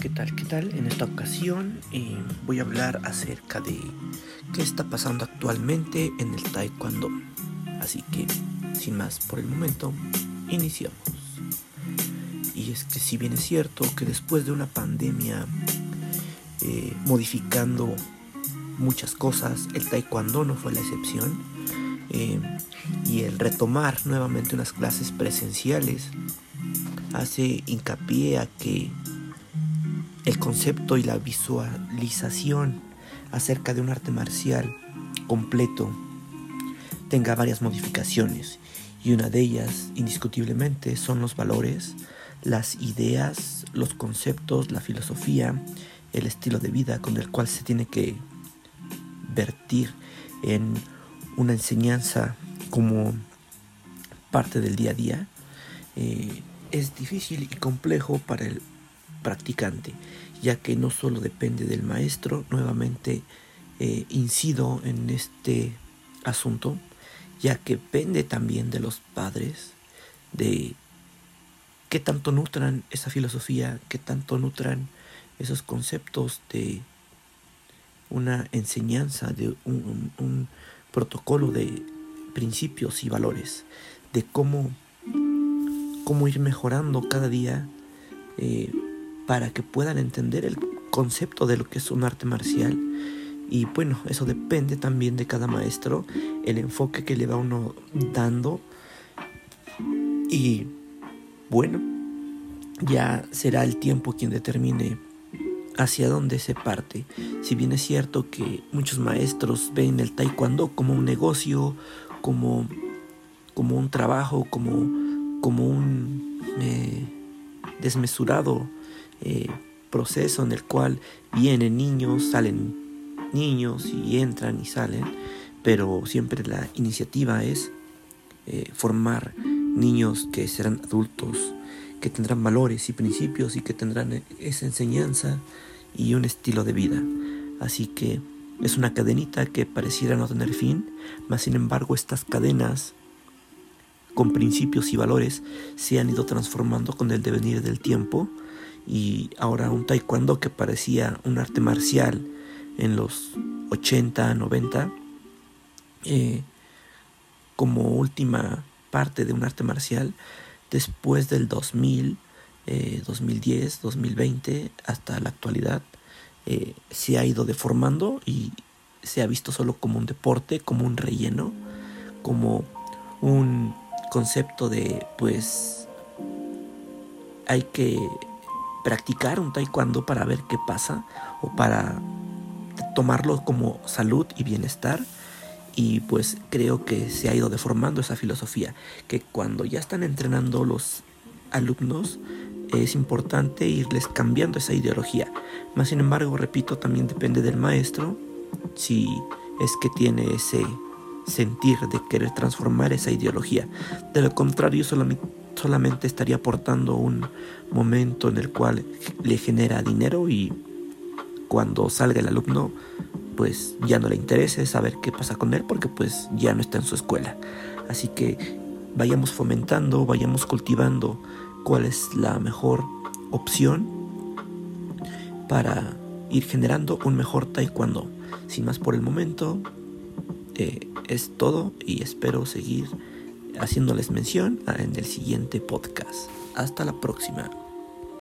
¿Qué tal? ¿Qué tal? En esta ocasión voy a hablar acerca de qué está pasando actualmente en el Taekwondo. Así que, sin más por el momento, iniciamos. Y es que si bien es cierto que después de una pandemia modificando muchas cosas, el Taekwondo no fue la excepción. Y el retomar nuevamente unas clases presenciales hace hincapié a que el concepto y la visualización acerca de un arte marcial completo tenga varias modificaciones, y una de ellas indiscutiblemente son los valores, las ideas, los conceptos, la filosofía, el estilo de vida con el cual se tiene que vertir en una enseñanza como parte del día a día. Es difícil y complejo para el practicante, ya que no solo depende del maestro. Nuevamente incido en este asunto, ya que depende también de los padres, de qué tanto nutran esa filosofía, qué tanto nutran esos conceptos de una enseñanza, de un protocolo de principios y valores, de cómo ir mejorando cada día para que puedan entender el concepto de lo que es un arte marcial. Y bueno, eso depende también de cada maestro, el enfoque que le va uno dando. Y bueno, ya será el tiempo quien determine hacia dónde se parte. Si bien es cierto que muchos maestros ven el Taekwondo como un negocio, como un trabajo, como un desmesurado proceso en el cual vienen niños, salen niños y entran y salen, pero siempre la iniciativa es formar niños que serán adultos, que tendrán valores y principios y que tendrán esa enseñanza y un estilo de vida. Así que es una cadenita que pareciera no tener fin, mas sin embargo estas cadenas con principios y valores se han ido transformando con el devenir del tiempo, y ahora un Taekwondo que parecía un arte marcial en los 80, 90, como última parte de un arte marcial, después del 2000, 2010, 2020 hasta la actualidad, se ha ido deformando y se ha visto solo como un deporte, como un relleno, como un concepto de pues hay que practicar un taekwondo para ver qué pasa, o para tomarlo como salud y bienestar. Y pues creo que se ha ido deformando esa filosofía, que cuando ya están entrenando los alumnos es importante irles cambiando esa ideología. Más sin embargo, repito, también depende del maestro si es que tiene ese sentir de querer transformar esa ideología. De lo contrario, solamente estaría aportando un momento en el cual le genera dinero, y cuando salga el alumno pues ya no le interesa saber qué pasa con él, porque pues ya no está en su escuela. Así que vayamos fomentando, vayamos cultivando cuál es la mejor opción para ir generando un mejor taekwondo. Sin más por el momento, es todo, y espero seguir haciéndoles mención en el siguiente podcast. Hasta la próxima.